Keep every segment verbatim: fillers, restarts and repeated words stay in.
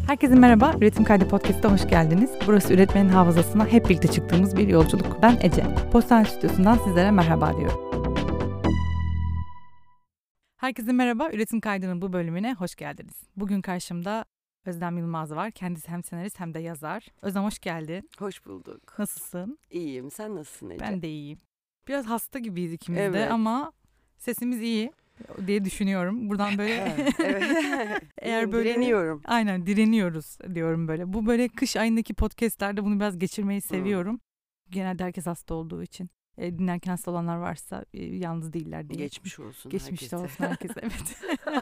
Herkese merhaba, Üretim Kaydı Podcast'a hoş geldiniz. Burası üretmenin hafızasına hep birlikte çıktığımız bir yolculuk. Ben Ece, Postane Stüdyosu'ndan sizlere merhaba diyorum. Herkese merhaba, Üretim Kaydı'nın bu bölümüne hoş geldiniz. Bugün karşımda Özlem Yılmaz var. Kendisi hem senarist hem de yazar. Özlem hoş geldin. Hoş bulduk. Nasılsın? İyiyim, sen nasılsın Ece? Ben de iyiyim. Biraz hasta gibiyiz ikimiz evet. de ama sesimiz iyi diye düşünüyorum. Buradan böyle evet. eğer böyle direniyorum. Aynen direniyoruz diyorum böyle. Bu böyle kış ayındaki podcastlerde bunu biraz geçirmeyi seviyorum. Hmm. Genelde herkes hasta olduğu için. E, dinlerken hasta olanlar varsa e, yalnız değiller diye. Geçmiş olsun Geçmiş herkese. olsun herkese. Evet.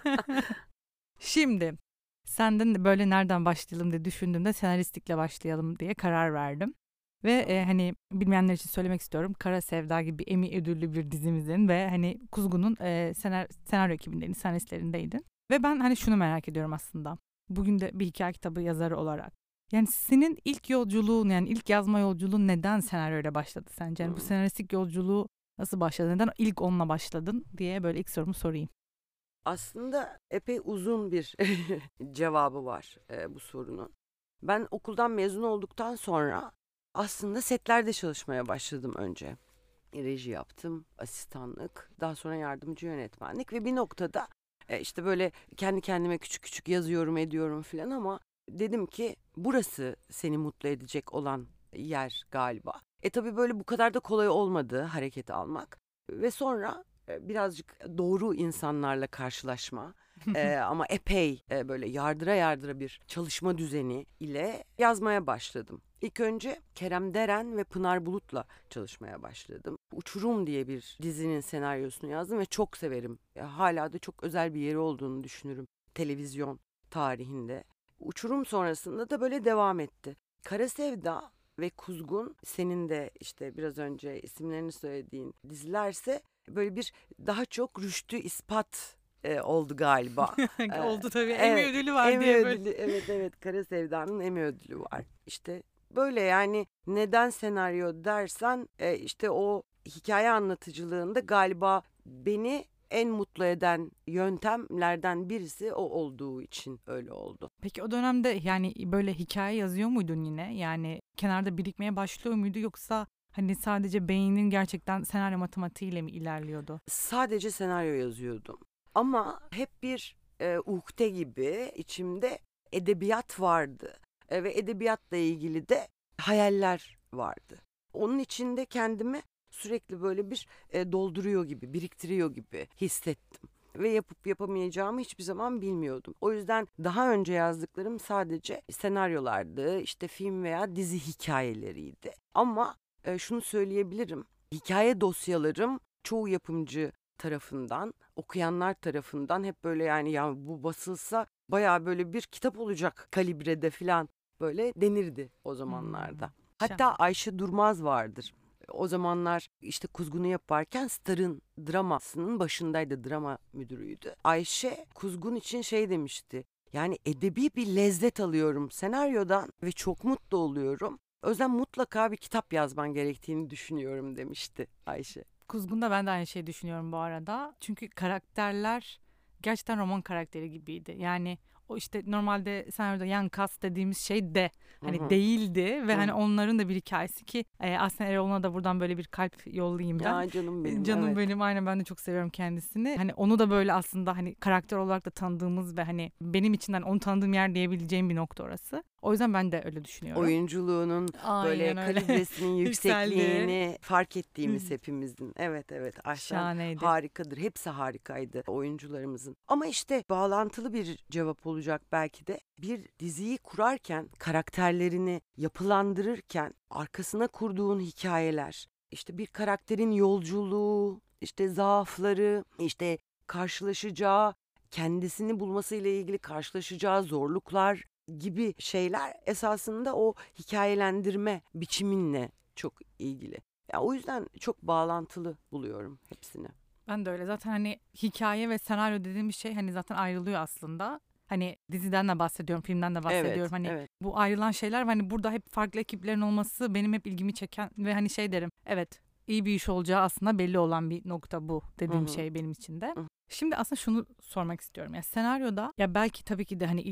Şimdi senden de böyle nereden başlayalım diye düşündüğümde senaristlikle başlayalım diye karar verdim. Ve e, hani bilmeyenler için söylemek istiyorum. Kara Sevda gibi Emmy ödüllü bir dizimizin ve hani Kuzgun'un e, senar, senaryo ekibindeydin, senaristlerindeydin. Ve ben hani şunu merak ediyorum aslında. Bugün de bir hikaye kitabı yazarı olarak. Yani senin ilk yolculuğun, yani ilk yazma yolculuğun neden senaryoyla başladı sence? Yani bu senaristlik yolculuğu nasıl başladı? Neden ilk onunla başladın diye böyle ilk sorumu sorayım. Aslında epey uzun bir cevabı var e, bu sorunun. Ben okuldan mezun olduktan sonra aslında setlerde çalışmaya başladım önce. Reji yaptım, asistanlık, daha sonra yardımcı yönetmenlik ve bir noktada e, işte böyle kendi kendime küçük küçük yazıyorum ediyorum falan ama dedim ki burası seni mutlu edecek olan yer galiba. E tabii böyle bu kadar da kolay olmadı hareketi almak ve sonra e, birazcık doğru insanlarla karşılaşma e, ama epey e, böyle yardıra yardıra bir çalışma düzeni ile yazmaya başladım. İlk önce Kerem Deren ve Pınar Bulut'la çalışmaya başladım. Uçurum diye bir dizinin senaryosunu yazdım ve çok severim. E, hala da çok özel bir yeri olduğunu düşünürüm televizyon tarihinde. Uçurum sonrasında da böyle devam etti. Kara Sevda ve Kuzgun, senin de işte biraz önce isimlerini söylediğin dizilerse böyle bir daha çok rüştü ispat e, oldu galiba. Oldu tabii. Evet, Emmy ödülü var Emmy diye ödülü, böyle. Evet evet Kara Sevda'nın Emmy ödülü var. İşte böyle yani neden senaryo dersen e, işte o hikaye anlatıcılığında galiba beni en mutlu eden yöntemlerden birisi o olduğu için öyle oldu. Peki o dönemde yani böyle hikaye yazıyor muydun yine? Yani kenarda birikmeye başlıyor muydu yoksa hani sadece beynin gerçekten senaryo matematiğiyle mi ilerliyordu? Sadece senaryo yazıyordum. Ama hep bir e, ukde gibi içimde edebiyat vardı. E, ve edebiyatla ilgili de hayaller vardı. Onun içinde kendimi sürekli böyle bir e, dolduruyor gibi, biriktiriyor gibi hissettim. Ve yapıp yapamayacağımı hiçbir zaman bilmiyordum. O yüzden daha önce yazdıklarım sadece senaryolardı, işte film veya dizi hikayeleriydi. Ama e, şunu söyleyebilirim, hikaye dosyalarım çoğu yapımcı tarafından, okuyanlar tarafından hep böyle yani ya bu basılsa bayağı böyle bir kitap olacak kalibrede falan böyle denirdi o zamanlarda. Hmm. Hatta Ayşe Durmaz vardır. O zamanlar işte Kuzgun'u yaparken Star'ın dramasının başındaydı, drama müdürüydü. Ayşe Kuzgun için şey demişti. Yani edebi bir lezzet alıyorum senaryodan ve çok mutlu oluyorum. O yüzden mutlaka bir kitap yazman gerektiğini düşünüyorum demişti Ayşe. Kuzgun'da ben de aynı şeyi düşünüyorum bu arada. Çünkü karakterler gerçekten roman karakteri gibiydi. Yani o işte normalde senaryoda yan kas dediğimiz şey de hani Hı-hı. değildi ve Hı-hı. hani onların da bir hikayesi ki e, aslında Erol'una da buradan böyle bir kalp yollayayım ben. Ya canım benim. Canım evet. benim, aynen, ben de çok seviyorum kendisini. Hani onu da böyle aslında hani karakter olarak da tanıdığımız ve hani benim içinden onu tanıdığım yer diyebileceğim bir nokta orası. O yüzden ben de öyle düşünüyorum. Oyunculuğunun aynen böyle kalibresinin yüksekliğini fark ettiğimiz hepimizin. Evet evet. Ayşen harikadır. Hepsi harikaydı oyuncularımızın. Ama işte bağlantılı bir cevap olacak belki de. Bir diziyi kurarken, karakterlerini yapılandırırken arkasına kurduğun hikayeler, işte bir karakterin yolculuğu, işte zaafları, işte karşılaşacağı, kendisini bulmasıyla ilgili karşılaşacağı zorluklar gibi şeyler esasında o hikayelendirme biçiminle çok ilgili. Ya o yüzden çok bağlantılı buluyorum hepsini. Ben de öyle. Zaten hani hikaye ve senaryo dediğimiz şey hani zaten ayrılıyor aslında. Hani diziden de bahsediyorum, filmden de bahsediyorum. Evet, hani evet. Bu ayrılan şeyler hani burada hep farklı ekiplerin olması benim hep ilgimi çeken ve hani şey derim. Evet, iyi bir iş olacağı aslında belli olan bir nokta bu dediğim Hı-hı. şey benim için de. Hı-hı. Şimdi aslında şunu sormak istiyorum. Ya senaryoda ya belki tabii ki de hani ilk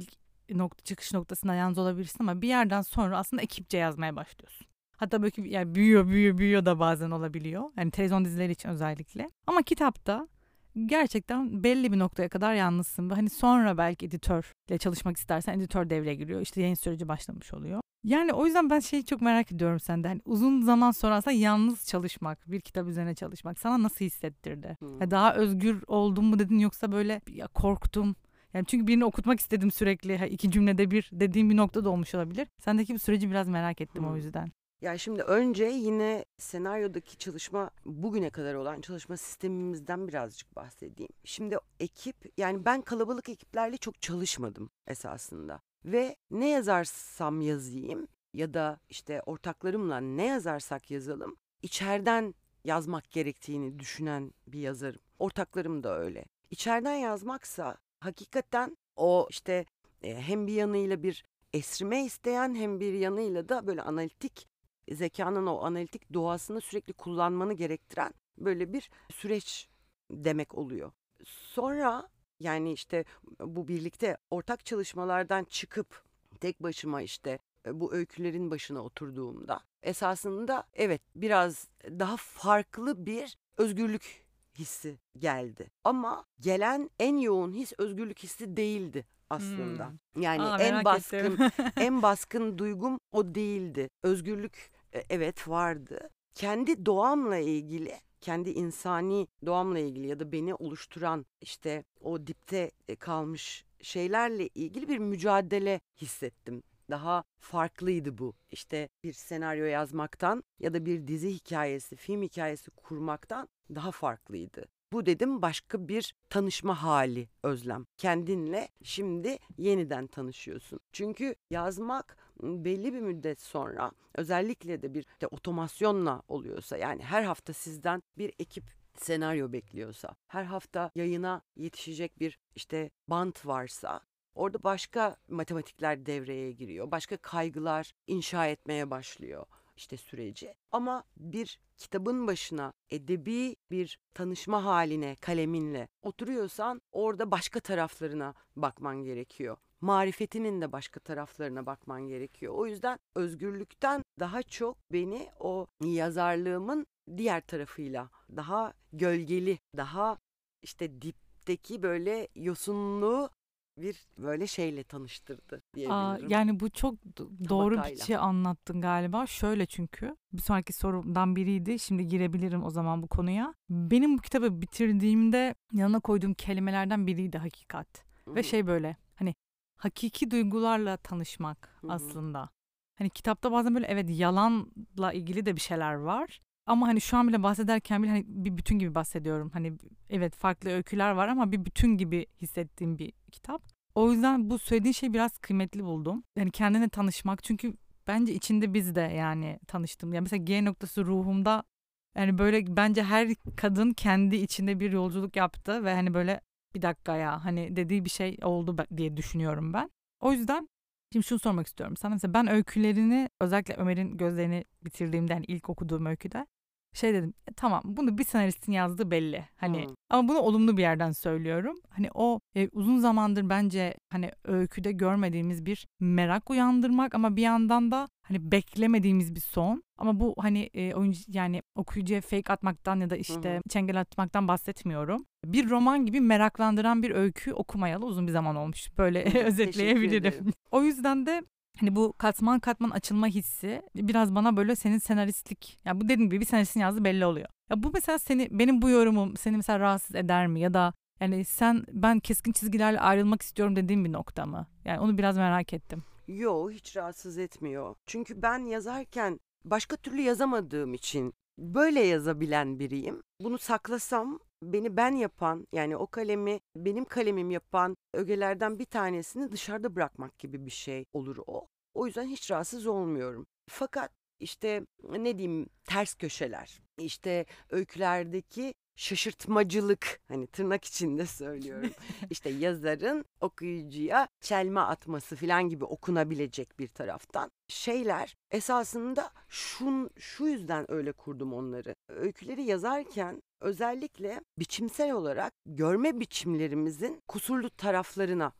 nokta çıkış noktasında yalnız olabilirsin ama bir yerden sonra aslında ekipçe yazmaya başlıyorsun. Hatta böyle yani büyüyor büyüyor büyüyor da bazen olabiliyor. Yani televizyon dizileri için özellikle. Ama kitapta gerçekten belli bir noktaya kadar yalnızsın. Ve hani sonra belki editörle çalışmak istersen editör devreye giriyor. İşte yayın süreci başlamış oluyor. Yani o yüzden ben şeyi çok merak ediyorum senden. Hani uzun zaman sonra aslında yalnız çalışmak, bir kitap üzerine çalışmak sana nasıl hissettirdi? Hmm. Yani daha özgür oldum mu dedin yoksa böyle ya korktum. Yani çünkü birini okutmak istedim sürekli. Ha, iki cümlede bir dediğim bir nokta da olmuş olabilir. Sendeki bu süreci biraz merak ettim Hmm. o yüzden. Ya şimdi önce yine senaryodaki çalışma, bugüne kadar olan çalışma sistemimizden birazcık bahsedeyim. Şimdi ekip, yani ben kalabalık ekiplerle çok çalışmadım esasında. Ve ne yazarsam yazayım ya da işte ortaklarımla ne yazarsak yazalım, içeriden yazmak gerektiğini düşünen bir yazarım. Ortaklarım da öyle. İçeriden yazmaksa hakikaten o işte e, hem bir yanıyla bir esrime isteyen hem bir yanıyla da böyle analitik zekanın o analitik doğasını sürekli kullanmanı gerektiren böyle bir süreç demek oluyor. Sonra yani işte bu birlikte ortak çalışmalardan çıkıp tek başıma işte bu öykülerin başına oturduğumda esasında evet biraz daha farklı bir özgürlük hissi geldi. Ama gelen en yoğun his özgürlük hissi değildi aslında. Hmm. Yani Aa, en merak baskın ettim. en baskın duygum o değildi. Özgürlük e, evet vardı. Kendi doğamla ilgili, kendi insani doğamla ilgili ya da beni oluşturan işte o dipte e, kalmış şeylerle ilgili bir mücadele hissettim. Daha farklıydı bu. İşte bir senaryo yazmaktan ya da bir dizi hikayesi, film hikayesi kurmaktan daha farklıydı. Bu dedim başka bir tanışma hali Özlem. Kendinle şimdi yeniden tanışıyorsun. Çünkü yazmak belli bir müddet sonra özellikle de bir de otomasyonla oluyorsa yani her hafta sizden bir ekip senaryo bekliyorsa, her hafta yayına yetişecek bir işte bant varsa orada başka matematikler devreye giriyor. Başka kaygılar inşa etmeye başlıyor işte süreci. Ama bir kitabın başına edebi bir tanışma haline kaleminle oturuyorsan orada başka taraflarına bakman gerekiyor. Marifetinin de başka taraflarına bakman gerekiyor. O yüzden özgürlükten daha çok beni o yazarlığımın diğer tarafıyla daha gölgeli, daha işte dipteki böyle yosunlu bir böyle şeyle tanıştırdı Aa, diyebilirim. yani bu çok d- doğru bir Tabakayla. şey anlattın galiba. Şöyle çünkü bir sonraki sorumdan biriydi. Şimdi girebilirim o zaman bu konuya. Benim bu kitabı bitirdiğimde yanına koyduğum kelimelerden biriydi hakikat. Hı Ve hı, şey böyle hani hakiki duygularla tanışmak hı hı, aslında. Hani kitapta bazen böyle evet yalanla ilgili de bir şeyler var. Ama hani şu an bile bahsederken bile hani bir bütün gibi bahsediyorum. Hani evet farklı öyküler var ama bir bütün gibi hissettiğim bir kitap. O yüzden bu söylediğin şeyi biraz kıymetli buldum. Yani kendine tanışmak çünkü bence içinde biz de yani tanıştım. Yani mesela G noktası ruhumda yani böyle bence her kadın kendi içinde bir yolculuk yaptı ve hani böyle bir dakika ya hani dediği bir şey oldu diye düşünüyorum ben. O yüzden şimdi şunu sormak istiyorum sana. Mesela ben öykülerini özellikle Ömer'in Gözlerini bitirdiğimde hani ilk okuduğum öyküde şey dedim "E, tamam bunu bir senaristin yazdığı belli hani hı. ama bunu olumlu bir yerden söylüyorum hani o e, uzun zamandır bence hani öyküde görmediğimiz bir merak uyandırmak ama bir yandan da hani beklemediğimiz bir son ama bu hani e, oyuncu yani okuyucuya fake atmaktan ya da Hı işte hı. çengel atmaktan bahsetmiyorum. Bir roman gibi meraklandıran bir öykü okumayalı uzun bir zaman olmuş. Böyle Hı, teşekkür özetleyebilirim. ederim. O yüzden de hani bu katman katman açılma hissi biraz bana böyle senin senaristlik ya bu dediğim gibi bir senaristin yazdığı belli oluyor. Ya bu mesela seni benim bu yorumum seni mesela rahatsız eder mi ya da yani sen ben keskin çizgilerle ayrılmak istiyorum dediğim bir nokta mı? Yani onu biraz merak ettim. Yo hiç rahatsız etmiyor. Çünkü ben yazarken başka türlü yazamadığım için böyle yazabilen biriyim. Bunu saklasam beni ben yapan yani o kalemi benim kalemim yapan ögelerden bir tanesini dışarıda bırakmak gibi bir şey olur o. O yüzden hiç rahatsız olmuyorum. Fakat işte ne diyeyim ters köşeler, işte öykülerdeki şaşırtmacılık hani tırnak içinde söylüyorum. İşte yazarın okuyucuya çelme atması falan gibi okunabilecek bir taraftan şeyler esasında şun, şu yüzden öyle kurdum onları. Öyküleri yazarken özellikle biçimsel olarak görme biçimlerimizin kusurlu taraflarına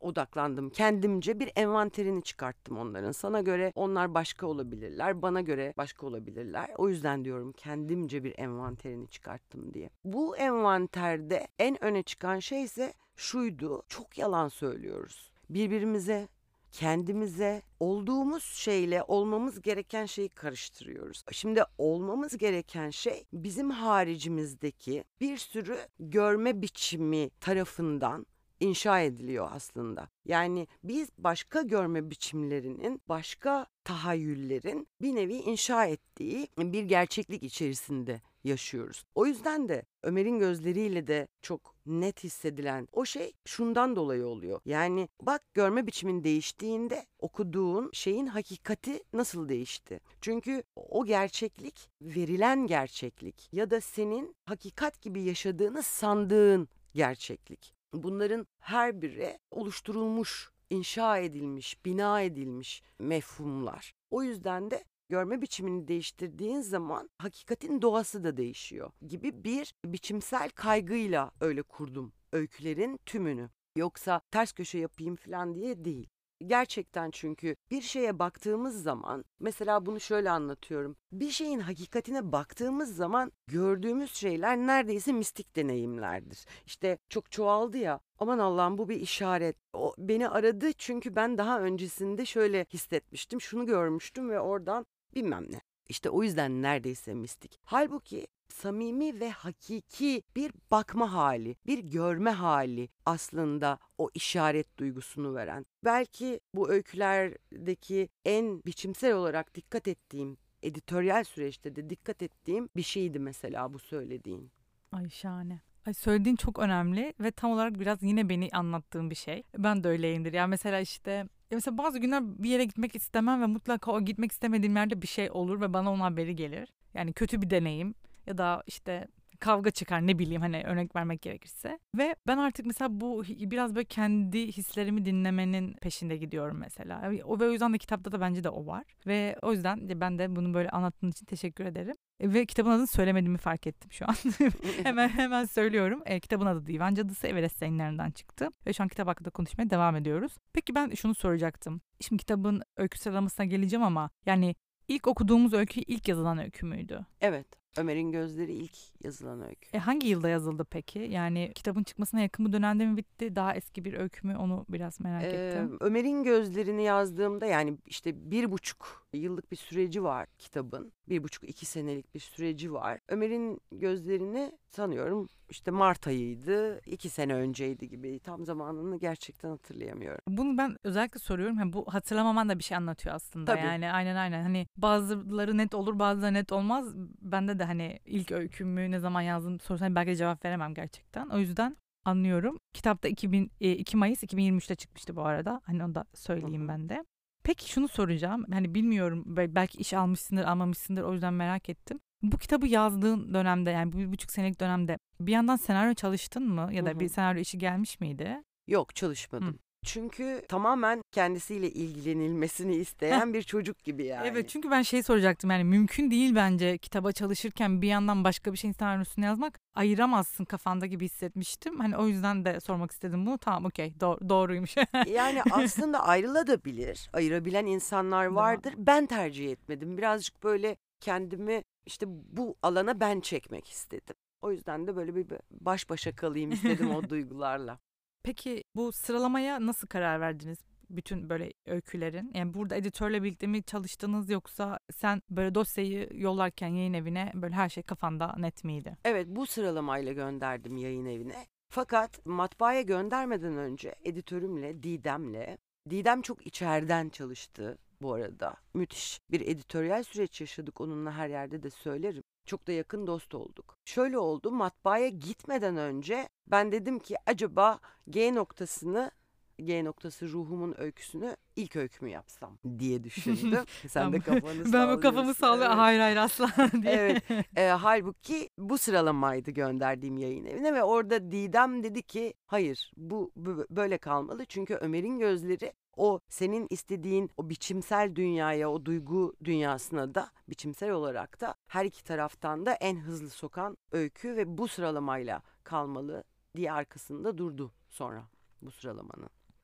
odaklandım. Kendimce bir envanterini çıkarttım onların. Sana göre onlar başka olabilirler, bana göre başka olabilirler. O yüzden diyorum kendimce bir envanterini çıkarttım diye. Bu envanterde en öne çıkan şey ise şuydu: çok yalan söylüyoruz. Birbirimize, kendimize, olduğumuz şeyle olmamız gereken şeyi karıştırıyoruz. Şimdi olmamız gereken şey bizim haricimizdeki bir sürü görme biçimi tarafından inşa ediliyor aslında. Yani biz başka görme biçimlerinin, başka tahayyüllerin bir nevi inşa ettiği bir gerçeklik içerisinde yaşıyoruz. O yüzden de Ömer'in gözleriyle de çok net hissedilen o şey şundan dolayı oluyor. Yani bak, görme biçimin değiştiğinde okuduğun şeyin hakikati nasıl değişti? Çünkü o gerçeklik, verilen gerçeklik ya da senin hakikat gibi yaşadığını sandığın gerçeklik. Bunların her biri oluşturulmuş, inşa edilmiş, bina edilmiş mefhumlar. O yüzden de görme biçimini değiştirdiğin zaman hakikatin doğası da değişiyor gibi bir biçimsel kaygıyla öyle kurdum öykülerin tümünü. Yoksa ters köşe yapayım falan diye değil. Gerçekten, çünkü bir şeye baktığımız zaman, mesela bunu şöyle anlatıyorum. Bir şeyin hakikatine baktığımız zaman gördüğümüz şeyler neredeyse mistik deneyimlerdir. İşte çok çoğaldı ya, aman Allah'ım bu bir işaret. O beni aradı çünkü ben daha öncesinde şöyle hissetmiştim, şunu görmüştüm ve oradan bilmem ne. İşte o yüzden neredeyse mistik. Halbuki samimi ve hakiki bir bakma hali, bir görme hali aslında o işaret duygusunu veren. Belki bu öykülerdeki en biçimsel olarak dikkat ettiğim, editoryal süreçte de dikkat ettiğim bir şeydi mesela bu söylediğin. Ay şahane. Ay söylediğin çok önemli ve tam olarak biraz yine beni anlattığın bir şey. Ben de öyleyimdir. Yani mesela işte ya mesela bazı günler bir yere gitmek istemem ve mutlaka o gitmek istemediğim yerde bir şey olur ve bana onun haberi gelir. Yani kötü bir deneyim ya da işte kavga çıkar, ne bileyim, hani örnek vermek gerekirse. Ve ben artık mesela bu biraz böyle kendi hislerimi dinlemenin peşinde gidiyorum mesela. O ve o yüzden de kitapta da bence de o var. Ve o yüzden ben de bunu böyle anlattığın için teşekkür ederim. Ve kitabın adını söylemediğimi fark ettim şu an. hemen hemen söylüyorum. E, kitabın adı Divan Cadısı, Everest yayınlarından çıktı. Ve şu an kitap hakkında konuşmaya devam ediyoruz. Peki ben şunu soracaktım. Şimdi kitabın öykü sıralamasına geleceğim ama yani ilk okuduğumuz öykü ilk yazılan öykü müydü? Evet. Ömer'in Gözleri ilk yazılan öykü. E hangi yılda yazıldı peki? Yani kitabın çıkmasına yakın bir dönemde mi bitti? Daha eski bir öykü mü? Onu biraz merak Ee, ettim. Ömer'in Gözlerini yazdığımda, yani işte bir buçuk yıllık bir süreci var kitabın. Bir buçuk iki senelik bir süreci var. Ömer'in Gözlerini sanıyorum işte Mart ayıydı, iki sene önceydi gibi. Tam zamanını gerçekten hatırlayamıyorum. Bunu ben özellikle soruyorum. Yani bu hatırlamaman da bir şey anlatıyor aslında. Tabii. Yani aynen aynen. Hani bazıları net olur, bazıları net olmaz. Bende de hani ilk öykümü ne zaman yazdım sorsan belki de cevap veremem gerçekten. O yüzden anlıyorum. Kitapta iki bin, iki Mayıs iki bin yirmi üçte çıkmıştı bu arada. Hani onu da söyleyeyim Hı hı. ben de. Peki şunu soracağım. Hani bilmiyorum, belki iş almışsındır, almamışsındır, o yüzden merak ettim. Bu kitabı yazdığın dönemde, yani bu bir buçuk senelik dönemde bir yandan senaryo çalıştın mı? Ya da Hı hı. bir senaryo işi gelmiş miydi? Yok, çalışmadım. Hı. Çünkü tamamen kendisiyle ilgilenilmesini isteyen bir çocuk gibi yani. Evet, çünkü ben şey soracaktım, yani mümkün değil bence kitaba çalışırken bir yandan başka bir şeyin senaryosunu yazmak, ayıramazsın kafanda gibi hissetmiştim. Hani o yüzden de sormak istedim bunu. Tamam, okey, Do- doğruymuş. Yani aslında ayrılabilir, ayırabilen insanlar vardır. Ben tercih etmedim. Birazcık böyle kendimi işte bu alana ben çekmek istedim. O yüzden de böyle bir baş başa kalayım istedim o duygularla. Peki bu sıralamaya nasıl karar verdiniz? Bütün böyle öykülerin. Yani burada editörle birlikte mi çalıştınız, yoksa sen böyle dosyayı yollarken yayın evine böyle her şey kafanda net miydi? Evet, bu sıralamayla gönderdim yayın evine. Fakat matbaaya göndermeden önce editörümle, Didem'le, Didem çok içeriden çalıştı bu arada. Müthiş bir editoryal süreç yaşadık onunla, her yerde de söylerim. Çok da yakın dost olduk. Şöyle oldu, matbaaya gitmeden önce ben dedim ki acaba G noktasını, G noktası ruhumun öyküsünü ilk öykümü yapsam diye düşündüm. Sen de kafanı sallıyorsun. Ben bu kafamı sallıyorum. Evet. Hayır hayır asla diye. Evet. E, halbuki bu sıralamaydı gönderdiğim yayın evine ve orada Didem dedi ki hayır, bu, bu böyle kalmalı. Çünkü Ömer'in Gözleri o senin istediğin o biçimsel dünyaya, o duygu dünyasına da biçimsel olarak da her iki taraftan da en hızlı sokan öykü ve bu sıralamayla kalmalı diye arkasında durdu sonra bu sıralamanın.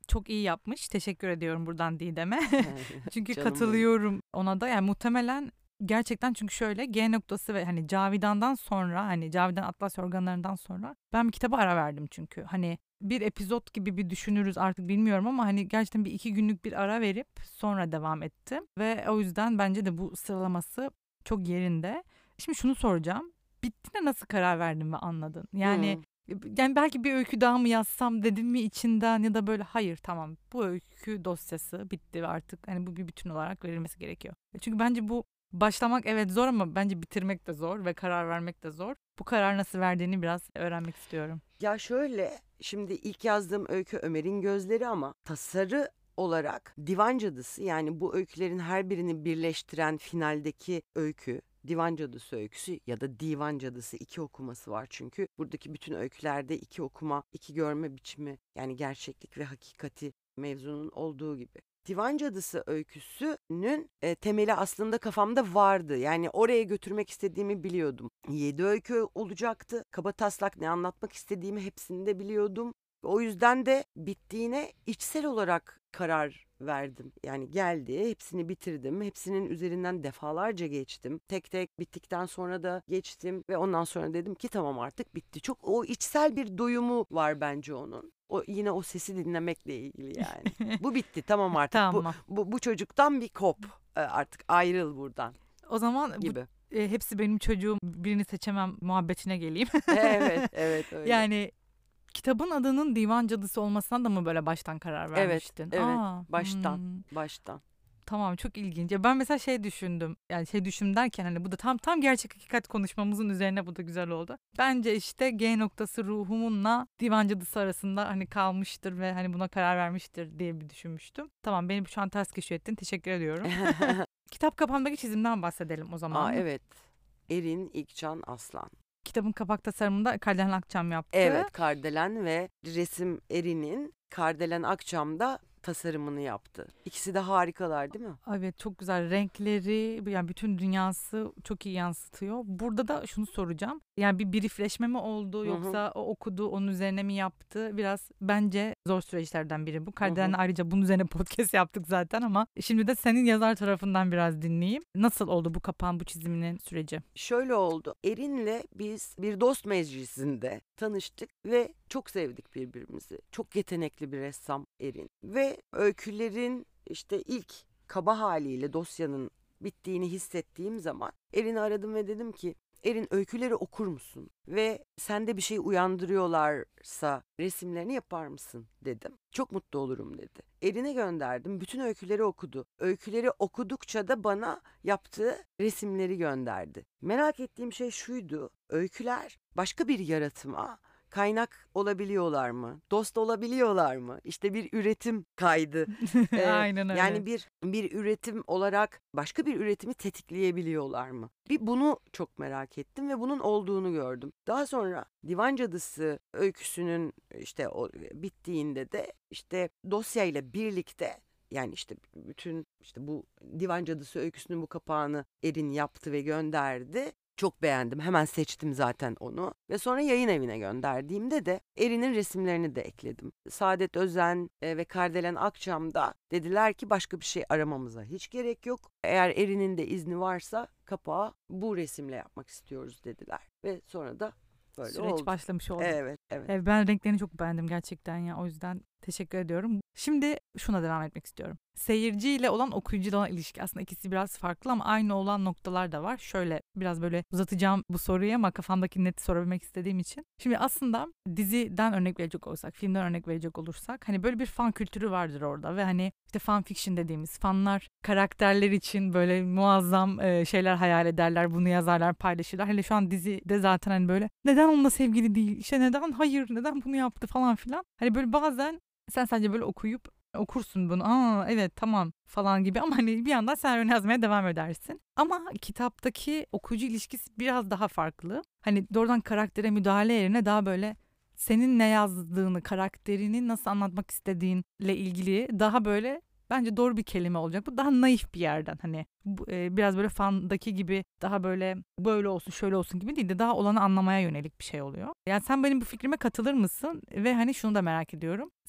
çok iyi yapmış. Teşekkür ediyorum buradan Didem'e. Çünkü Canım katılıyorum ona da. Yani muhtemelen gerçekten, çünkü şöyle G noktası ve hani Cavidan'dan sonra, hani Cavidan Atlas Organlarından sonra ben bir kitaba ara verdim çünkü. Hani bir epizod gibi bir düşünürüz artık, bilmiyorum ama hani gerçekten bir iki günlük bir ara verip sonra devam ettim. Ve o yüzden bence de bu sıralaması çok yerinde. Şimdi şunu soracağım. Bittiğine nasıl karar verdin ve anladın? Yani Hmm. yani belki bir öykü daha mı yazsam dedim mi içinden, ya da böyle hayır tamam bu öykü dosyası bitti ve artık hani bu bir bütün olarak verilmesi gerekiyor. Çünkü bence bu başlamak evet zor ama bence bitirmek de zor ve karar vermek de zor. Bu karar nasıl verdiğini biraz öğrenmek istiyorum. Ya şöyle, şimdi ilk yazdığım öykü Ömer'in Gözleri ama tasarı olarak Divan Cadısı, yani bu öykülerin her birini birleştiren finaldeki öykü Divan Cadısı öyküsü ya da Divan Cadısı, iki okuması var çünkü buradaki bütün öykülerde iki okuma, iki görme biçimi, yani gerçeklik ve hakikati mevzunun olduğu gibi. Divan Cadısı öyküsünün e, temeli aslında kafamda vardı. Yani oraya götürmek istediğimi biliyordum. Yedi öykü olacaktı. Kabataslak ne anlatmak istediğimi hepsini de biliyordum. O yüzden de bittiğine içsel olarak karar verdim. Yani geldi, hepsini bitirdim. Hepsinin üzerinden defalarca geçtim. Tek tek bittikten sonra da geçtim ve ondan sonra dedim ki tamam artık bitti. Çok o içsel bir doyumu var bence onun. O yine o sesi dinlemekle ilgili yani. Bu bitti tamam artık. Tamam. Bu, bu bu çocuktan bir kop. Ee, Artık ayrıl buradan O zaman bu, gibi. e, hepsi benim çocuğum, birini seçemem muhabbetine geleyim. Evet, evet öyle. Yani kitabın adının Divan Cadısı olmasına da mı böyle baştan karar Evet, vermiştin? evet. Aa, Baştan, hmm, baştan. tamam, çok ilginç. Ya ben mesela şey düşündüm. Yani şey düşün derken hani bu da tam tam gerçek hakikat konuşmamızın üzerine, bu da güzel oldu. Bence işte G noktası ruhumunla Divan Cadısı arasında hani kalmıştır ve hani buna karar vermiştir diye bir düşünmüştüm. Tamam, beni şu an ters keşfettin. Teşekkür ediyorum. Kitap kapağındaki çizimden bahsedelim o zaman. Aa evet. Erin İlkcan Aslan. Kitabın kapak tasarımını da Kardelen Akçam yaptı. Evet, Kardelen ve resim Erin'in, Kardelen Akçam da tasarımını yaptı. İkisi de harikalar değil mi? Evet, çok güzel renkleri, yani bütün dünyası çok iyi yansıtıyor. Burada da şunu soracağım. Yani bir briefleşme mi oldu, Hı hı. yoksa o okudu onun üzerine mi yaptı? Biraz bence zor süreçlerden biri bu. Kardelen'le Hı hı. ayrıca bunun üzerine podcast yaptık zaten ama şimdi de senin yazar tarafından biraz dinleyeyim. Nasıl oldu bu kapağın, bu çiziminin süreci? Şöyle oldu. Erin'le biz bir dost meclisinde tanıştık ve çok sevdik birbirimizi. Çok yetenekli bir ressam Erin. Ve öykülerin işte ilk kaba haliyle dosyanın bittiğini hissettiğim zaman Erin'i aradım ve dedim ki Erin, öyküleri okur musun? Ve sende bir şey uyandırıyorlarsa resimlerini yapar mısın dedim. Çok mutlu olurum dedi. Erin'e gönderdim. Bütün öyküleri okudu. Öyküleri okudukça da bana yaptığı resimleri gönderdi. Merak ettiğim şey şuydu. Öyküler başka bir yaratıma kaynak olabiliyorlar mı? Dost olabiliyorlar mı? İşte bir üretim kaydı. Ee, Aynen öyle. Yani bir bir üretim olarak başka bir üretimi tetikleyebiliyorlar mı? Bir bunu çok merak ettim ve bunun olduğunu gördüm. Daha sonra Divan Cadısı öyküsünün işte o bittiğinde de işte dosyayla birlikte, yani işte bütün işte bu Divan Cadısı öyküsünün bu kapağını Erin yaptı ve gönderdi. Çok beğendim. Hemen seçtim zaten onu. Ve sonra yayın evine gönderdiğimde de Erin'in resimlerini de ekledim. Saadet Özen e, ve Kardelen Akçam da dediler ki başka bir şey aramamıza hiç gerek yok. Eğer Erin'in de izni varsa kapağı bu resimle yapmak istiyoruz dediler. Ve sonra da böyle Süreç oldu. başlamış oldu. Evet, evet. Evet, ben renklerini çok beğendim gerçekten ya. O yüzden teşekkür ediyorum. Şimdi şuna devam etmek istiyorum. Seyirciyle olan, okuyucuyla olan ilişki. Aslında ikisi biraz farklı ama aynı olan noktalar da var. Şöyle biraz böyle uzatacağım bu soruyu ama kafamdaki neti sorabilmek istediğim için. Şimdi aslında diziden örnek verecek olursak, filmden örnek verecek olursak hani böyle bir fan kültürü vardır orada ve hani işte fan fiction dediğimiz, fanlar karakterler için böyle muazzam e, şeyler hayal ederler, bunu yazarlar, paylaşırlar. Hele şu an dizide zaten hani böyle neden onunla sevgili değil, işte neden hayır, neden bunu yaptı falan filan. Hani böyle bazen sen sadece böyle okuyup okursun bunu. Aa evet tamam falan gibi ama hani bir yandan senaryo yazmaya devam edersin. Ama kitaptaki okuyucu ilişkisi biraz daha farklı. Hani doğrudan karaktere müdahale yerine daha böyle senin ne yazdığını, karakterini nasıl anlatmak istediğinle ilgili daha böyle, bence doğru bir kelime olacak. Bu daha naif bir yerden, hani bu, e, biraz böyle fandaki gibi daha böyle böyle olsun şöyle olsun gibi değil de daha olanı anlamaya yönelik bir şey oluyor. Yani sen benim bu fikrime katılır mısın? Ve hani şunu da merak ediyorum.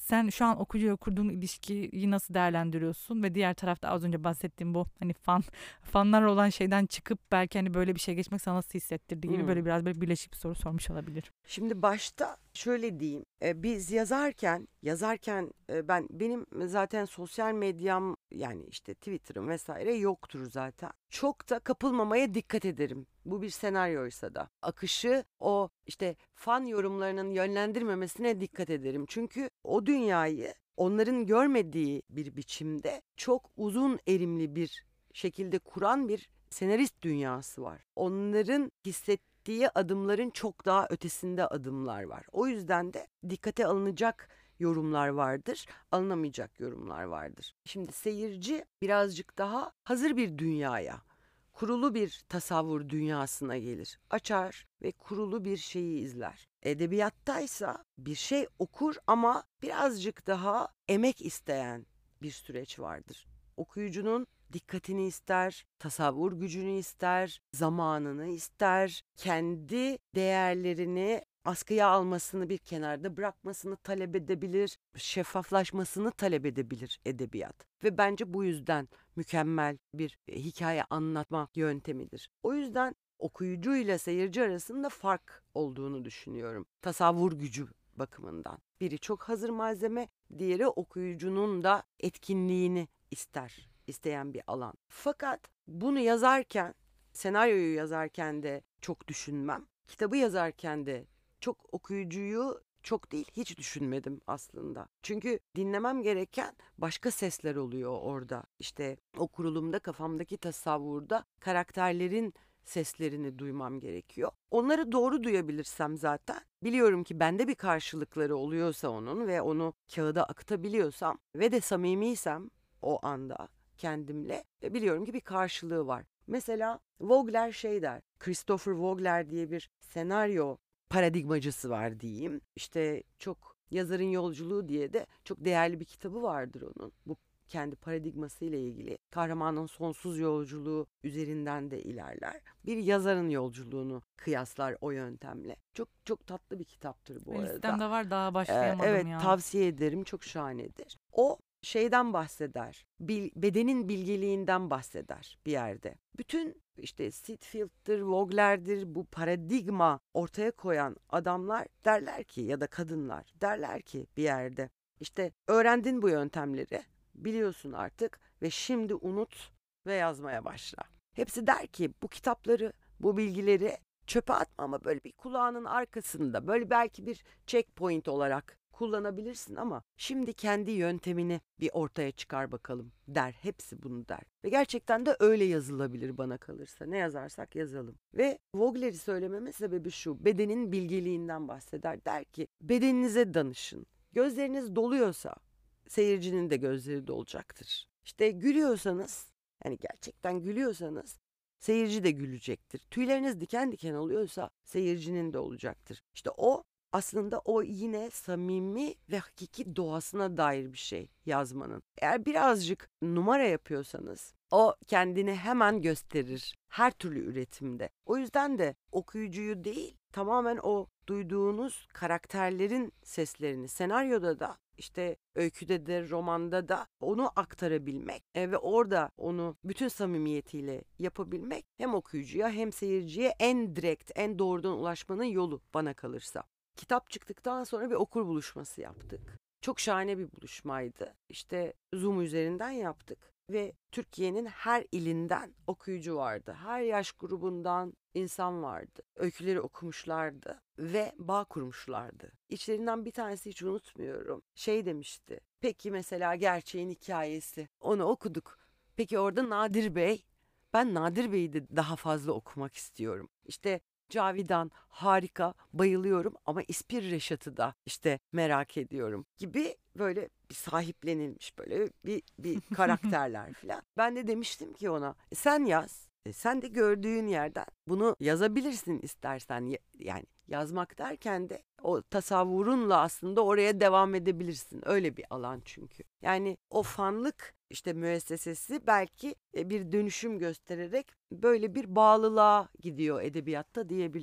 Sen şu an okuyucuyla kurduğun ilişkiyi nasıl değerlendiriyorsun ve diğer tarafta az önce bahsettiğim bu hani fan fanlar olan şeyden çıkıp belki hani böyle bir şey geçmek sana nasıl hissettirdi gibi Hmm. böyle biraz böyle birleşik bir soru sormuş olabilir. Şimdi başta şöyle diyeyim, e, biz yazarken, yazarken e, ben benim zaten sosyal medyam yani işte Twitter'ım vesaire yoktur zaten. Çok da kapılmamaya dikkat ederim. Bu bir senaryoysa da. Akışı o işte fan yorumlarının yönlendirmemesine dikkat ederim. Çünkü o dünyayı onların görmediği bir biçimde çok uzun erimli bir şekilde kuran bir senarist dünyası var. Onların hissettiği adımların çok daha ötesinde adımlar var. O yüzden de dikkate alınacak yorumlar vardır, alınamayacak yorumlar vardır. Şimdi seyirci birazcık daha hazır bir dünyaya, kurulu bir tasavvur dünyasına gelir. Açar ve kurulu bir şeyi izler. Edebiyattaysa bir şey okur ama birazcık daha emek isteyen bir süreç vardır. Okuyucunun dikkatini ister, tasavvur gücünü ister, zamanını ister, kendi değerlerini askıya almasını bir kenarda bırakmasını talep edebilir, şeffaflaşmasını talep edebilir edebiyat. Ve bence bu yüzden mükemmel bir hikaye anlatma yöntemidir. O yüzden okuyucuyla seyirci arasında fark olduğunu düşünüyorum. Tasavvur gücü bakımından. Biri çok hazır malzeme, diğeri okuyucunun da etkinliğini ister, isteyen bir alan. Fakat bunu yazarken, senaryoyu yazarken de çok düşünmem. Kitabı yazarken de çok okuyucuyu çok değil hiç düşünmedim aslında. Çünkü dinlemem gereken başka sesler oluyor orada. İşte o kurulumda kafamdaki tasavvurda karakterlerin seslerini duymam gerekiyor. Onları doğru duyabilirsem zaten biliyorum ki bende bir karşılıkları oluyorsa onun ve onu kağıda akıtabiliyorsam ve de samimiysem o anda kendimle biliyorum ki bir karşılığı var. Mesela Vogler şey der, Christopher Vogler diye bir senaryo paradigmacısı var diyeyim. İşte çok yazarın yolculuğu diye de çok değerli bir kitabı vardır onun. Bu kendi paradigması ile ilgili. Kahramanın sonsuz yolculuğu üzerinden de ilerler. Bir yazarın yolculuğunu kıyaslar o yöntemle. Çok çok tatlı bir kitaptır bu arada. Listemde var daha Ee, başlayamadım evet ya. tavsiye ederim çok şahanedir. O şeyden bahseder. Bil, bedenin bilgeliğinden bahseder bir yerde. Bütün işte Sitfield'dir, Vogler'dir bu paradigma ortaya koyan adamlar derler ki ya da kadınlar derler ki bir yerde işte öğrendin bu yöntemleri biliyorsun artık ve şimdi unut ve yazmaya başla. Hepsi der ki bu kitapları, bu bilgileri çöpe atma ama böyle bir kulağının arkasında böyle belki bir checkpoint olarak kullanabilirsin ama şimdi kendi yöntemini bir ortaya çıkar bakalım der. Hepsi bunu der. Ve gerçekten de öyle yazılabilir bana kalırsa. Ne yazarsak yazalım. Ve Vogler'i söylememin sebebi şu. Bedenin bilgeliğinden bahseder. Der ki bedeninize danışın. Gözleriniz doluyorsa seyircinin de gözleri dolacaktır. İşte gülüyorsanız yani gerçekten gülüyorsanız seyirci de gülecektir. Tüyleriniz diken diken oluyorsa seyircinin de olacaktır. İşte o aslında o yine samimi ve hakiki doğasına dair bir şey yazmanın. Eğer birazcık numara yapıyorsanız o kendini hemen gösterir her türlü üretimde. O yüzden de okuyucuyu değil tamamen o duyduğunuz karakterlerin seslerini senaryoda da işte öyküde de romanda da onu aktarabilmek e, ve orada onu bütün samimiyetiyle yapabilmek hem okuyucuya hem seyirciye en direkt en doğrudan ulaşmanın yolu bana kalırsa. Kitap çıktıktan sonra bir okur buluşması yaptık. Çok şahane bir buluşmaydı. İşte Zoom üzerinden yaptık ve Türkiye'nin her ilinden okuyucu vardı. Her yaş grubundan insan vardı. Öyküleri okumuşlardı ve bağ kurmuşlardı. İçlerinden bir tanesi hiç unutmuyorum. Şey demişti. Peki mesela gerçeğin hikayesi. Onu okuduk. Peki orada Nadir Bey. Ben Nadir Bey'i de daha fazla okumak istiyorum. İşte Cavidan harika, bayılıyorum ama İspir Reşat'ı da işte merak ediyorum gibi böyle bir sahiplenilmiş böyle bir bir karakterler falan. Ben de demiştim ki ona e sen yaz. E sen de gördüğün yerden bunu yazabilirsin istersen. Yani yazmak derken de o tasavvurunla aslında oraya devam edebilirsin. Öyle bir alan çünkü. Yani o fanlık işte müessesesi belki bir dönüşüm göstererek böyle bir bağlılığa gidiyor edebiyatta diyebilirim.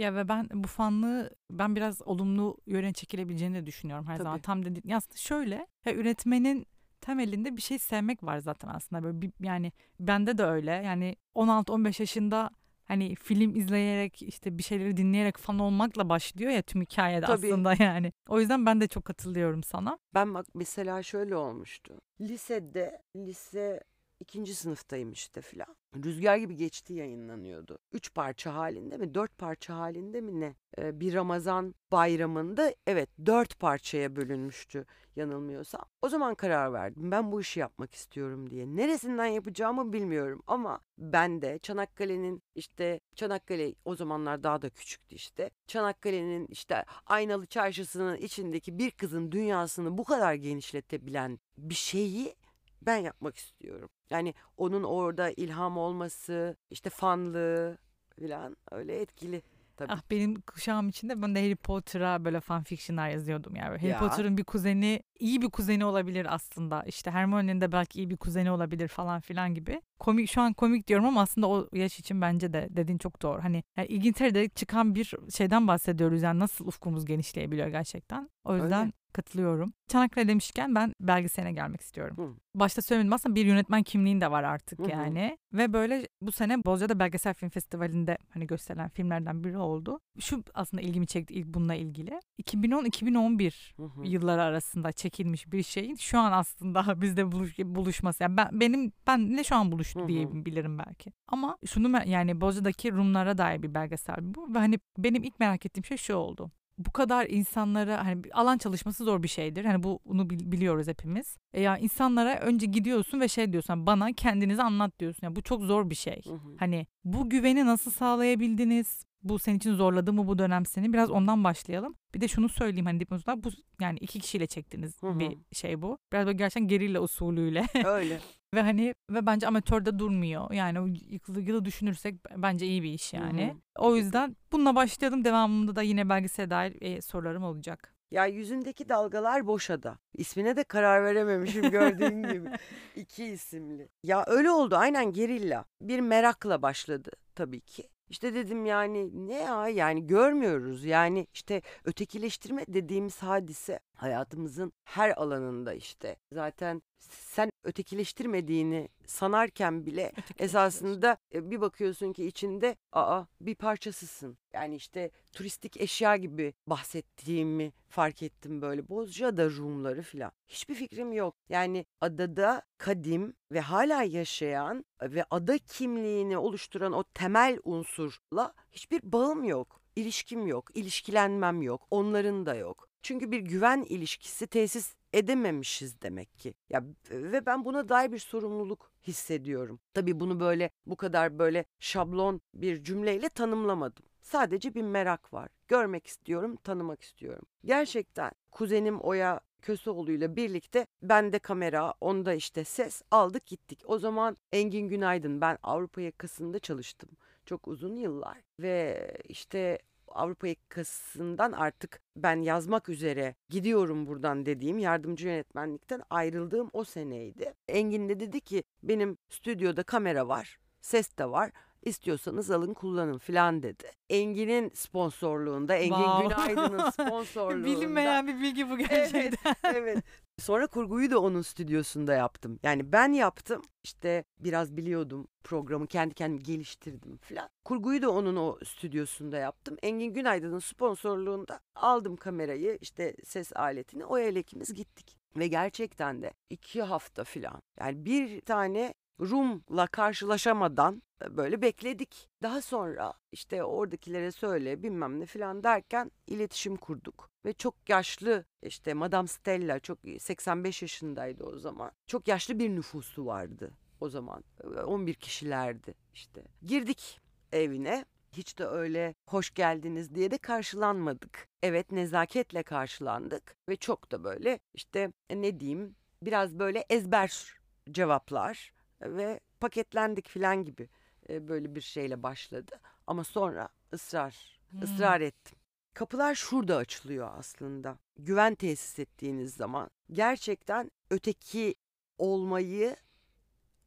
Ya ve ben bu fanlığı ben biraz olumlu yöne çekilebileceğini de düşünüyorum her Tabii. zaman. Tam dedi. Ya aslında şöyle, ya üretmenin temelinde bir şey sevmek var zaten aslında. Böyle bir, yani bende de öyle. Yani on altı on beş yaşında hani film izleyerek işte bir şeyleri dinleyerek fan olmakla başlıyor ya tüm hikayede Tabii. aslında yani. O yüzden ben de çok katılıyorum sana. Ben bak mesela şöyle olmuştu. Lisede, lise ikinci sınıftayım işte filan. Rüzgar gibi geçti yayınlanıyordu. Üç parça halinde mi, dört parça halinde mi ne? Ee, bir Ramazan bayramında evet dört parçaya bölünmüştü yanılmıyorsam. O zaman karar verdim. Ben bu işi yapmak istiyorum diye. Neresinden yapacağımı bilmiyorum ama ben de Çanakkale'nin işte Çanakkale o zamanlar daha da küçüktü işte. Çanakkale'nin işte Aynalı Çarşısı'nın içindeki bir kızın dünyasını bu kadar genişletebilen bir şeyi ben yapmak istiyorum. Yani onun orada ilham olması, işte fanlığı falan öyle etkili tabii. Ah benim kuşağım içinde ben de Harry Potter'a böyle fanfictionlar yazıyordum yani. Harry Ya. Potter'ın bir kuzeni iyi bir kuzeni olabilir aslında. İşte Hermione'nin de belki iyi bir kuzeni olabilir falan filan gibi. Komik şu an komik diyorum ama aslında o yaş için bence de dediğin çok doğru. Hani yani İngiltere'de çıkan bir şeyden bahsediyoruz yani nasıl ufkumuz genişleyebiliyor gerçekten. O yüzden Öyle. katılıyorum. Çanakkale demişken ben belgeseline gelmek istiyorum. Hı. Başta söylemedim aslında bir yönetmen kimliğin de var artık Hı hı. yani. Ve böyle bu sene Bozcaada Belgesel Film Festivali'nde hani gösterilen filmlerden biri oldu. Şu aslında ilgimi çekti ilk bununla ilgili. iki bin on iki bin on bir Hı hı. yılları arasında çekilmiş bir şeyin şu an aslında bizde buluş, buluşması. Yani ben benim benle şu an buluştu Hı hı. diyebilirim belki. Ama şunu me- yani Bozcaada'daki Rumlara dair bir belgesel bu ve hani benim ilk merak ettiğim şey şu oldu. Bu kadar insanlara hani alan çalışması zor bir şeydir. Hani bu bunu bil- biliyoruz hepimiz. E ya insanlara önce gidiyorsun ve şey diyorsun hani bana kendinizi anlat diyorsun. Yani bu çok zor bir şey. Hı hı. Hani bu güveni nasıl sağlayabildiniz? Bu senin için zorladı mı bu dönem seni? Biraz ondan başlayalım. Bir de şunu söyleyeyim hani dipnotlar bu yani iki kişiyle çektiğiniz Hı hı. bir şey bu. Biraz böyle gerçekten gerilla usulüyle. Öyle. Ve hani ve bence amatörde durmuyor. Yani o yıkılı yılı düşünürsek bence iyi bir iş yani. Hı hı. O yüzden bununla başlayalım. Devamında da yine belgesele dair e, sorularım olacak. Ya yüzündeki dalgalar Boşada. İsmine de karar verememişim gördüğün gibi. İki isimli. Ya öyle oldu aynen gerilla. Bir merakla başladı tabii ki. İşte dedim yani ne ya yani görmüyoruz yani işte ötekileştirme dediğimiz hadise hayatımızın her alanında işte. Zaten sen ötekileştirmediğini sanarken bile esasında e, bir bakıyorsun ki içinde aa bir parçasısın. Yani işte turistik eşya gibi bahsettiğimi fark ettim böyle. Bozcaada Rumları filan. Hiçbir fikrim yok. Yani adada kadim ve hala yaşayan ve ada kimliğini oluşturan o temel unsurla hiçbir bağım yok. İlişkim yok, ilişkilenmem yok, onların da yok. Çünkü bir güven ilişkisi tesis edememişiz demek ki. Ya ve ben buna dair bir sorumluluk hissediyorum. Tabii bunu böyle bu kadar böyle şablon bir cümleyle tanımlamadım. Sadece bir merak var. Görmek istiyorum, tanımak istiyorum. Gerçekten kuzenim Oya Köseoğlu'yla birlikte bende kamera, onda işte ses aldık gittik. O zaman Engin Günaydın, ben Avrupa Yakası'nda çalıştım çok uzun yıllar ve işte Avrupa Yakası'ndan artık ben yazmak üzere gidiyorum buradan dediğim yardımcı yönetmenlikten ayrıldığım o seneydi. Engin de dedi ki benim stüdyoda kamera var, ses de var. İstiyorsanız alın kullanın filan dedi. Engin'in sponsorluğunda, Engin Wow. Günaydın'ın sponsorluğunda. Bilinmeyen bir bilgi bu gerçekten. Evet, evet. Sonra kurguyu da onun stüdyosunda yaptım. Yani ben yaptım. İşte biraz biliyordum programı kendi kendime geliştirdim falan. Kurguyu da onun o stüdyosunda yaptım. Engin Günaydın'ın sponsorluğunda aldım kamerayı, işte ses aletini. O el ikimiz gittik. Ve gerçekten de iki hafta falan. Yani bir tane Rum'la karşılaşamadan böyle bekledik. Daha sonra işte oradakilere söyle bilmem ne falan derken iletişim kurduk. Ve çok yaşlı işte Madame Stella çok seksen beş yaşındaydı o zaman. Çok yaşlı bir nüfusu vardı o zaman. on bir kişilerdi işte. Girdik evine. Hiç de öyle hoş geldiniz diye de karşılanmadık. Evet nezaketle karşılandık ve çok da böyle işte ne diyeyim biraz böyle ezber cevaplar ve paketlendik filan gibi böyle bir şeyle başladı. Ama sonra ısrar, Hmm. ısrar ettim. Kapılar şurada açılıyor aslında. Güven tesis ettiğiniz zaman gerçekten öteki olmayı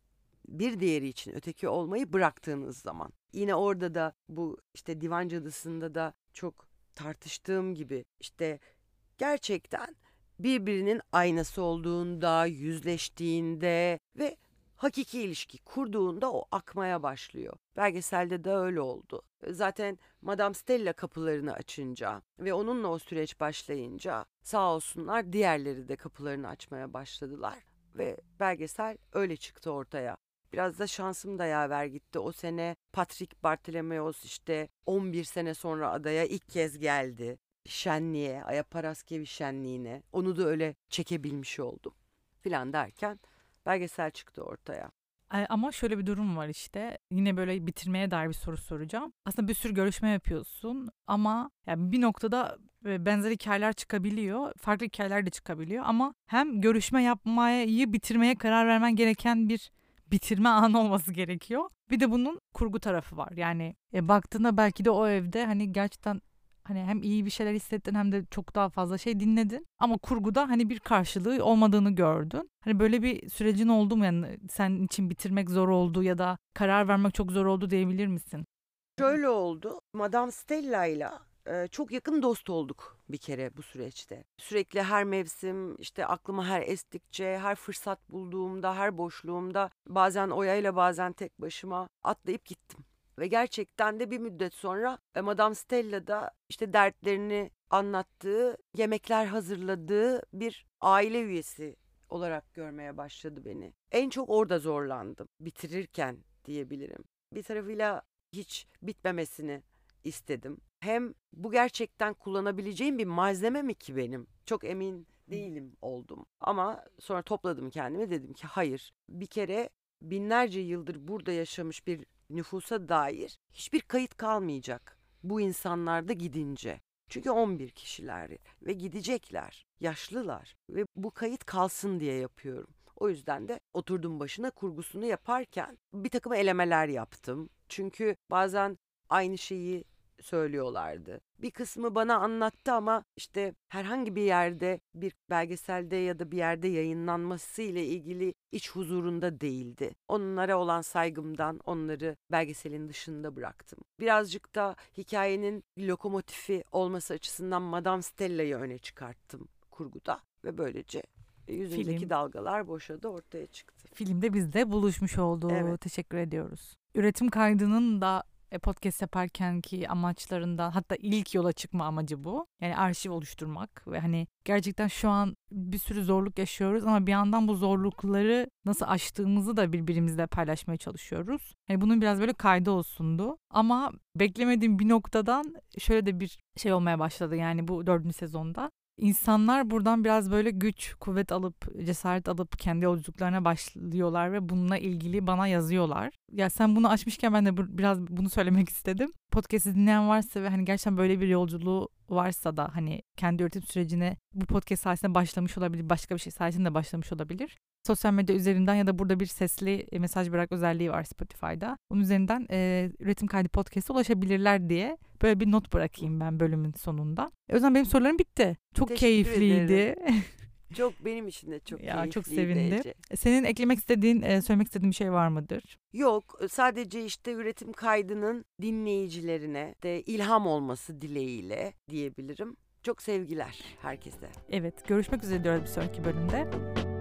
bir diğeri için öteki olmayı bıraktığınız zaman. Yine orada da bu işte Divan Cadısı'nda da çok tartıştığım gibi işte gerçekten birbirinin aynası olduğunda, yüzleştiğinde ve hakiki ilişki kurduğunda o akmaya başlıyor. Belgeselde de öyle oldu. Zaten Madame Stella kapılarını açınca ve onunla o süreç başlayınca sağ olsunlar diğerleri de kapılarını açmaya başladılar ve belgesel öyle çıktı ortaya. Biraz da şansım da yaver gitti. O sene Patrick Bartolomeos işte on bir sene sonra adaya ilk kez geldi. Şenliğe, Aya Paraskevi şenliğine. Onu da öyle çekebilmiş oldum. Filan derken belgesel çıktı ortaya. Ama şöyle bir durum var işte. Yine böyle bitirmeye dair bir soru soracağım. Aslında bir sürü görüşme yapıyorsun ama yani bir noktada benzer hikayeler çıkabiliyor. Farklı hikayeler de çıkabiliyor ama hem görüşme yapmayı bitirmeye karar vermen gereken bir bitirme anı olması gerekiyor. Bir de bunun kurgu tarafı var. Yani e, baktığında belki de o evde hani gerçekten hani hem iyi bir şeyler hissettin hem de çok daha fazla şey dinledin. Ama kurguda hani bir karşılığı olmadığını gördün. Hani böyle bir sürecin oldu mu, yani senin için bitirmek zor oldu ya da karar vermek çok zor oldu diyebilir misin? Şöyle oldu. Madame Stella'yla e, çok yakın dost olduk bir kere bu süreçte. Sürekli her mevsim işte aklıma her estikçe, her fırsat bulduğumda, her boşluğumda bazen Oya'yla bazen tek başıma atlayıp gittim. Ve gerçekten de bir müddet sonra e, Madame Stella'da işte dertlerini anlattığı, yemekler hazırladığı bir aile üyesi olarak görmeye başladı beni. En çok orada zorlandım bitirirken diyebilirim. Bir tarafıyla hiç bitmemesini istedim. Hem bu gerçekten kullanabileceğim bir malzeme mi ki benim? Çok emin değilim oldum. Ama sonra topladım kendimi, dedim ki hayır. Bir kere binlerce yıldır burada yaşamış bir nüfusa dair hiçbir kayıt kalmayacak bu insanlar da gidince. Çünkü on bir kişiler ve gidecekler, yaşlılar ve bu kayıt kalsın diye yapıyorum. O yüzden de oturdum başına kurgusunu yaparken bir takım elemeler yaptım. Çünkü bazen aynı şeyi söylüyorlardı. Bir kısmı bana anlattı ama işte herhangi bir yerde, bir belgeselde ya da bir yerde yayınlanması ile ilgili iç huzurunda değildi. Onlara olan saygımdan onları belgeselin dışında bıraktım. Birazcık da hikayenin lokomotifi olması açısından Madame Stella'yı öne çıkarttım kurguda ve böylece yüzündeki Film. dalgalar boşadı, ortaya çıktı. Filmde bizde buluşmuş oldu. Evet. Teşekkür ediyoruz. Üretim kaydının da podcast yaparkenki amaçlarından, hatta ilk yola çıkma amacı bu. Yani arşiv oluşturmak ve hani gerçekten şu an bir sürü zorluk yaşıyoruz ama bir yandan bu zorlukları nasıl aştığımızı da birbirimizle paylaşmaya çalışıyoruz. Yani bunun biraz böyle kaydı olsundu. Ama beklemediğim bir noktadan şöyle de bir şey olmaya başladı yani bu dördüncü sezonda. İnsanlar buradan biraz böyle güç, kuvvet alıp, cesaret alıp kendi yolculuklarına başlıyorlar ve bununla ilgili bana yazıyorlar. Ya sen bunu açmışken ben de bu, biraz bunu söylemek istedim. Podcast'i dinleyen varsa ve hani gerçekten böyle bir yolculuğu varsa da hani kendi üretim sürecine bu podcast sayesinde başlamış olabilir, başka bir şey sayesinde başlamış olabilir. Sosyal medya üzerinden ya da burada bir sesli mesaj bırak özelliği var Spotify'da. Onun üzerinden e, Üretim Kaydı Podcast'a ulaşabilirler diye böyle bir not bırakayım ben bölümün sonunda. O yüzden benim sorularım bitti. Çok Teşekkür keyifliydi. Çok, benim için de çok ya, keyifliydi. Çok sevindim. Ece. Senin eklemek istediğin, söylemek istediğin bir şey var mıdır? Yok, sadece işte Üretim Kaydı'nın dinleyicilerine de ilham olması dileğiyle diyebilirim. Çok sevgiler herkese. Evet, görüşmek üzere diyoruz bir sonraki bölümde.